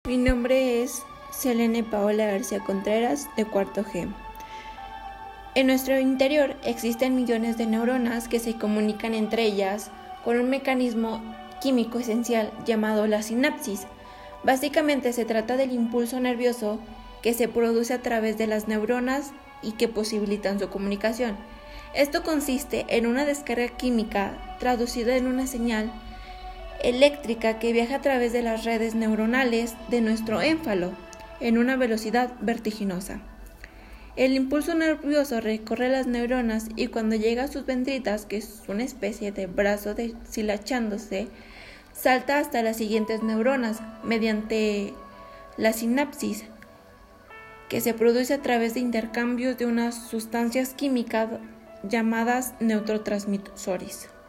Mi nombre es Selene Paola García Contreras, de cuarto G. En nuestro interior existen millones de neuronas que se comunican entre ellas con un mecanismo químico esencial llamado la sinapsis. Básicamente se trata del impulso nervioso que se produce a través de las neuronas y que posibilitan su comunicación. Esto consiste en una descarga química traducida en una señal eléctrica que viaja a través de las redes neuronales de nuestro énfalo en una velocidad vertiginosa. El impulso nervioso recorre las neuronas y cuando llega a sus dendritas, que es una especie de brazo deshilachándose, salta hasta las siguientes neuronas mediante la sinapsis, que se produce a través de intercambios de unas sustancias químicas llamadas neurotransmisores.